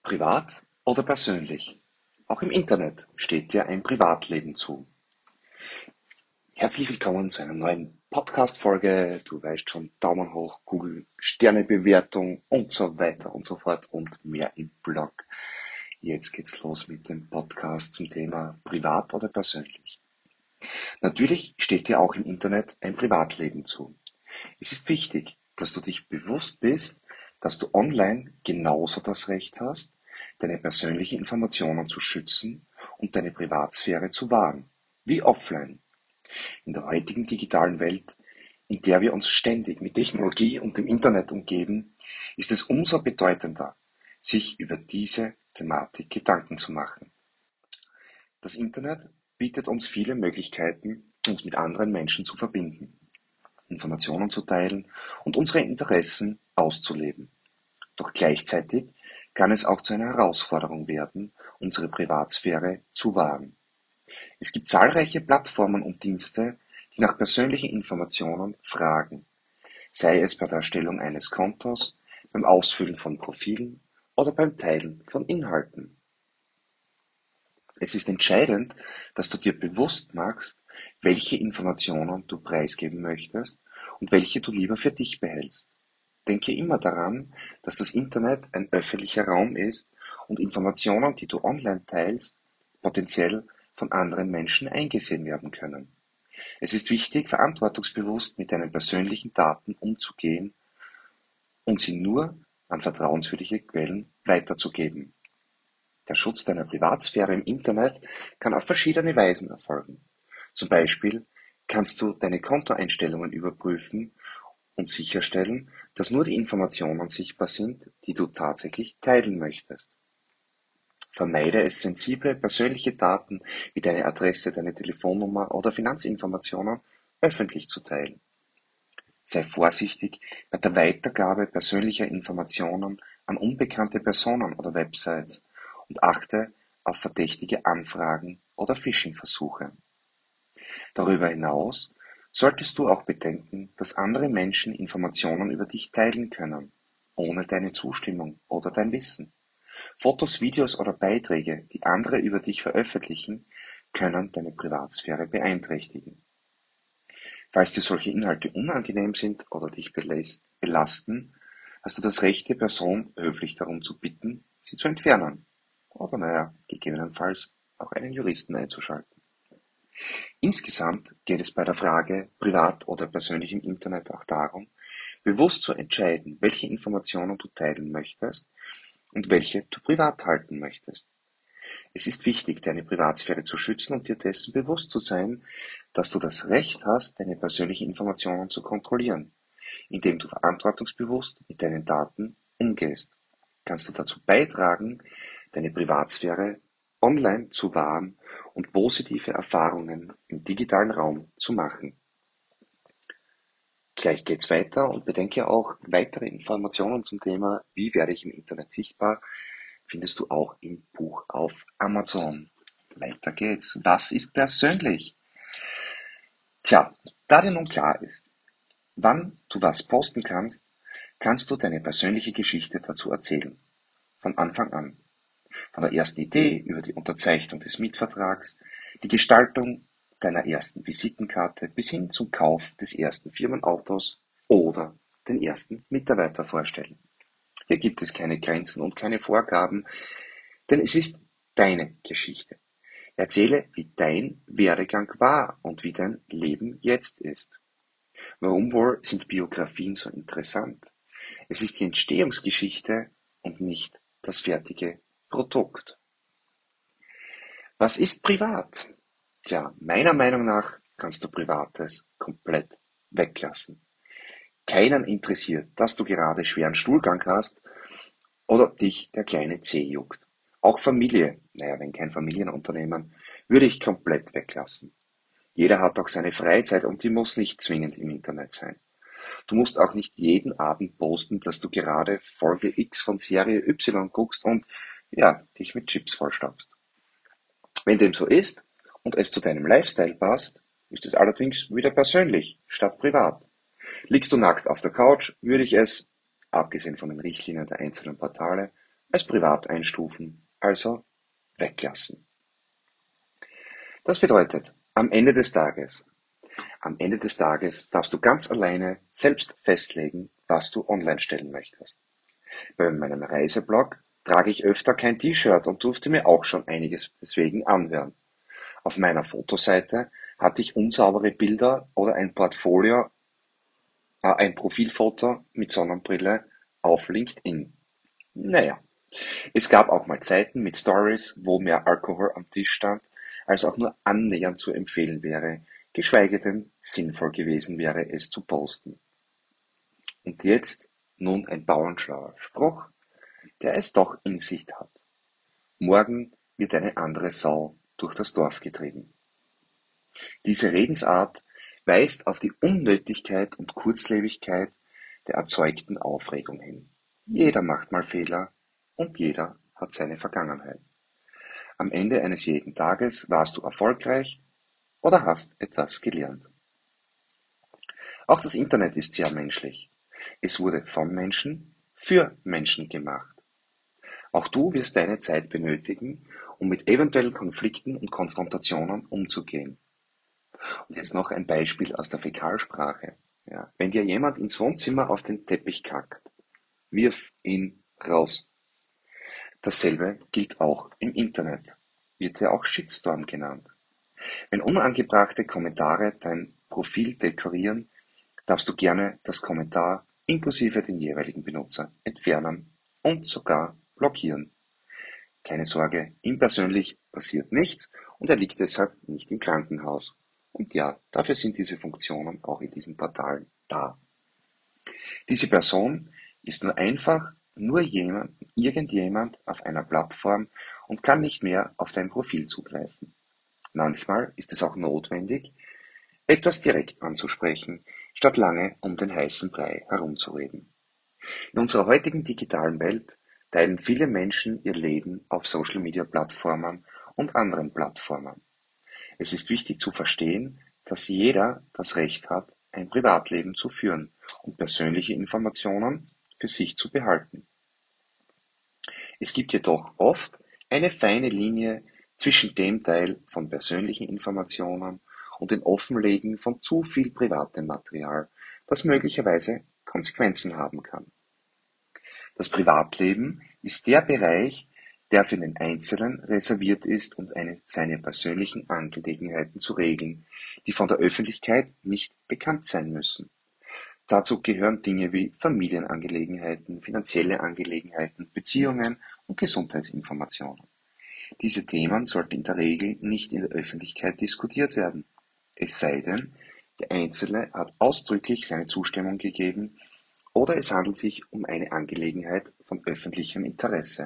Privat oder persönlich? Auch im Internet steht dir ein Privatleben zu. Herzlich willkommen zu einer neuen Podcast-Folge. Du weißt schon, Daumen hoch, Google, Sternebewertung und so weiter und so fort und mehr im Blog. Jetzt geht's los mit dem Podcast zum Thema Privat oder persönlich. Natürlich steht dir auch im Internet ein Privatleben zu. Es ist wichtig, dass du dich bewusst bist, dass du online genauso das Recht hast, deine persönlichen Informationen zu schützen und deine Privatsphäre zu wahren, wie offline. In der heutigen digitalen Welt, in der wir uns ständig mit Technologie und dem Internet umgeben, ist es umso bedeutender, sich über diese Thematik Gedanken zu machen. Das Internet bietet uns viele Möglichkeiten, uns mit anderen Menschen zu verbinden, Informationen zu teilen und unsere Interessen auszuleben. Doch gleichzeitig kann es auch zu einer Herausforderung werden, unsere Privatsphäre zu wahren. Es gibt zahlreiche Plattformen und Dienste, die nach persönlichen Informationen fragen, sei es bei der Erstellung eines Kontos, beim Ausfüllen von Profilen oder beim Teilen von Inhalten. Es ist entscheidend, dass du dir bewusst machst, welche Informationen du preisgeben möchtest und welche du lieber für dich behältst. Denke immer daran, dass das Internet ein öffentlicher Raum ist und Informationen, die du online teilst, potenziell von anderen Menschen eingesehen werden können. Es ist wichtig, verantwortungsbewusst mit deinen persönlichen Daten umzugehen und sie nur an vertrauenswürdige Quellen weiterzugeben. Der Schutz deiner Privatsphäre im Internet kann auf verschiedene Weisen erfolgen. Zum Beispiel kannst du deine Kontoeinstellungen überprüfen und sicherstellen, dass nur die Informationen sichtbar sind, die du tatsächlich teilen möchtest. Vermeide es, sensible persönliche Daten wie deine Adresse, deine Telefonnummer oder Finanzinformationen öffentlich zu teilen. Sei vorsichtig bei der Weitergabe persönlicher Informationen an unbekannte Personen oder Websites und achte auf verdächtige Anfragen oder Phishing-Versuche. Darüber hinaus solltest du auch bedenken, dass andere Menschen Informationen über dich teilen können, ohne deine Zustimmung oder dein Wissen. Fotos, Videos oder Beiträge, die andere über dich veröffentlichen, können deine Privatsphäre beeinträchtigen. Falls dir solche Inhalte unangenehm sind oder dich belasten, hast du das Recht, die Person höflich darum zu bitten, sie zu entfernen. Oder gegebenenfalls auch einen Juristen einzuschalten. Insgesamt geht es bei der Frage privat oder persönlich im Internet auch darum, bewusst zu entscheiden, welche Informationen du teilen möchtest und welche du privat halten möchtest. Es ist wichtig, deine Privatsphäre zu schützen und dir dessen bewusst zu sein, dass du das Recht hast, deine persönlichen Informationen zu kontrollieren. Indem du verantwortungsbewusst mit deinen Daten umgehst, kannst du dazu beitragen, deine Privatsphäre online zu wahren und positive Erfahrungen im digitalen Raum zu machen. Gleich geht's weiter und bedenke auch, weitere Informationen zum Thema Wie werde ich im Internet sichtbar, findest du auch im Buch auf Amazon. Weiter geht's. Was ist persönlich? Tja, da dir nun klar ist, wann du was posten kannst, kannst du deine persönliche Geschichte dazu erzählen. Von Anfang an. Von der ersten Idee über die Unterzeichnung des Mietvertrags, die Gestaltung deiner ersten Visitenkarte bis hin zum Kauf des ersten Firmenautos oder den ersten Mitarbeiter vorstellen. Hier gibt es keine Grenzen und keine Vorgaben, denn es ist deine Geschichte. Erzähle, wie dein Werdegang war und wie dein Leben jetzt ist. Warum wohl sind Biografien so interessant? Es ist die Entstehungsgeschichte und nicht das fertige Produkt. Was ist privat? Tja, meiner Meinung nach kannst du Privates komplett weglassen. Keinen interessiert, dass du gerade schweren Stuhlgang hast oder dich der kleine Zeh juckt. Auch Familie, wenn kein Familienunternehmen, würde ich komplett weglassen. Jeder hat auch seine Freizeit und die muss nicht zwingend im Internet sein. Du musst auch nicht jeden Abend posten, dass du gerade Folge X von Serie Y guckst und dich mit Chips vollstopfst. Wenn dem so ist und es zu deinem Lifestyle passt, ist es allerdings wieder persönlich statt privat. Liegst du nackt auf der Couch, würde ich es, abgesehen von den Richtlinien der einzelnen Portale, als privat einstufen, also weglassen. Das bedeutet, am Ende des Tages darfst du ganz alleine selbst festlegen, was du online stellen möchtest. Bei meinem Reiseblog trage ich öfter kein T-Shirt und durfte mir auch schon einiges deswegen anhören. Auf meiner Fotoseite hatte ich unsaubere Bilder oder ein Profilfoto mit Sonnenbrille auf LinkedIn. Naja, es gab auch mal Zeiten mit Stories, wo mehr Alkohol am Tisch stand, als auch nur annähernd zu empfehlen wäre, geschweige denn sinnvoll gewesen wäre, es zu posten. Und jetzt nun ein bauernschlauer Spruch, der es doch in sich hat. Morgen wird eine andere Sau durch das Dorf getrieben. Diese Redensart weist auf die Unnötigkeit und Kurzlebigkeit der erzeugten Aufregung hin. Jeder macht mal Fehler und jeder hat seine Vergangenheit. Am Ende eines jeden Tages warst du erfolgreich oder hast etwas gelernt. Auch das Internet ist sehr menschlich. Es wurde von Menschen für Menschen gemacht. Auch du wirst deine Zeit benötigen, um mit eventuellen Konflikten und Konfrontationen umzugehen. Und jetzt noch ein Beispiel aus der Fäkalsprache. Ja, wenn dir jemand ins Wohnzimmer auf den Teppich kackt, wirf ihn raus. Dasselbe gilt auch im Internet, wird ja auch Shitstorm genannt. Wenn unangebrachte Kommentare dein Profil dekorieren, darfst du gerne das Kommentar inklusive den jeweiligen Benutzer entfernen und sogar blockieren. Keine Sorge, ihm persönlich passiert nichts und er liegt deshalb nicht im Krankenhaus. Und ja, dafür sind diese Funktionen auch in diesen Portalen da. Diese Person ist irgendjemand auf einer Plattform und kann nicht mehr auf dein Profil zugreifen. Manchmal ist es auch notwendig, etwas direkt anzusprechen, statt lange um den heißen Brei herumzureden. In unserer heutigen digitalen Welt teilen viele Menschen ihr Leben auf Social-Media-Plattformen und anderen Plattformen. Es ist wichtig zu verstehen, dass jeder das Recht hat, ein Privatleben zu führen und persönliche Informationen für sich zu behalten. Es gibt jedoch oft eine feine Linie zwischen dem Teil von persönlichen Informationen und dem Offenlegen von zu viel privatem Material, das möglicherweise Konsequenzen haben kann. Das Privatleben ist der Bereich, der für den Einzelnen reserviert ist, um seine persönlichen Angelegenheiten zu regeln, die von der Öffentlichkeit nicht bekannt sein müssen. Dazu gehören Dinge wie Familienangelegenheiten, finanzielle Angelegenheiten, Beziehungen und Gesundheitsinformationen. Diese Themen sollten in der Regel nicht in der Öffentlichkeit diskutiert werden, es sei denn, der Einzelne hat ausdrücklich seine Zustimmung gegeben oder es handelt sich um eine Angelegenheit von öffentlichem Interesse.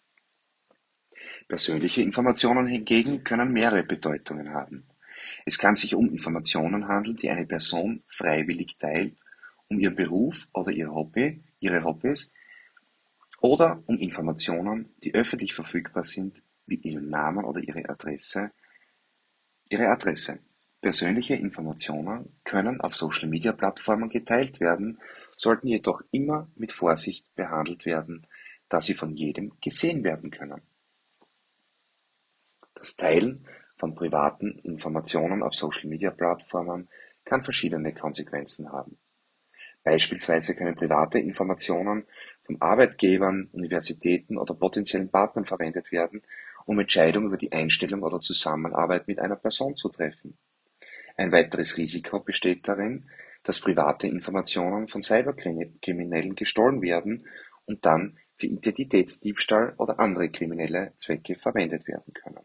Persönliche Informationen hingegen können mehrere Bedeutungen haben. Es kann sich um Informationen handeln, die eine Person freiwillig teilt, um ihren Beruf oder ihre Hobbys oder um Informationen, die öffentlich verfügbar sind, wie ihren Namen oder Ihre Adresse. Persönliche Informationen können auf Social-Media-Plattformen geteilt werden, sollten jedoch immer mit Vorsicht behandelt werden, da sie von jedem gesehen werden können. Das Teilen von privaten Informationen auf Social-Media-Plattformen kann verschiedene Konsequenzen haben. Beispielsweise können private Informationen von Arbeitgebern, Universitäten oder potenziellen Partnern verwendet werden, um Entscheidungen über die Einstellung oder Zusammenarbeit mit einer Person zu treffen. Ein weiteres Risiko besteht darin, dass private Informationen von Cyberkriminellen gestohlen werden und dann für Identitätsdiebstahl oder andere kriminelle Zwecke verwendet werden können.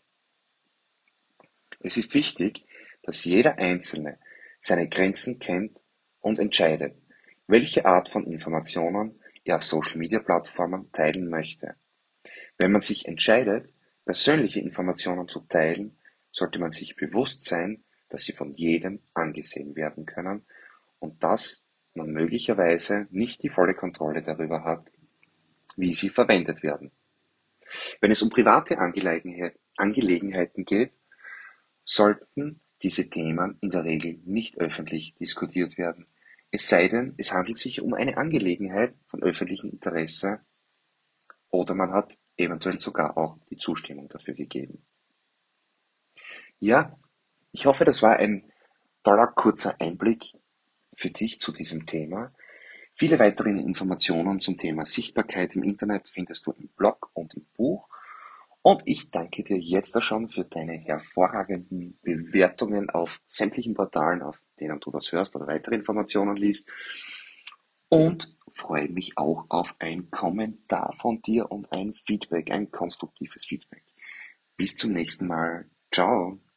Es ist wichtig, dass jeder Einzelne seine Grenzen kennt und entscheidet, welche Art von Informationen er auf Social-Media-Plattformen teilen möchte. Wenn man sich entscheidet, persönliche Informationen zu teilen, sollte man sich bewusst sein, dass sie von jedem angesehen werden können und dass man möglicherweise nicht die volle Kontrolle darüber hat, wie sie verwendet werden. Wenn es um private Angelegenheiten geht, sollten diese Themen in der Regel nicht öffentlich diskutiert werden, es sei denn, es handelt sich um eine Angelegenheit von öffentlichem Interesse oder man hat eventuell sogar auch die Zustimmung dafür gegeben. Ja, ich hoffe, das war ein toller kurzer Einblick für dich zu diesem Thema. Viele weitere Informationen zum Thema Sichtbarkeit im Internet findest du im Blog und im Buch. Und ich danke dir jetzt schon für deine hervorragenden Bewertungen auf sämtlichen Portalen, auf denen du das hörst oder weitere Informationen liest. Und freue mich auch auf ein Kommentar von dir und ein Feedback, ein konstruktives Feedback. Bis zum nächsten Mal. Ciao.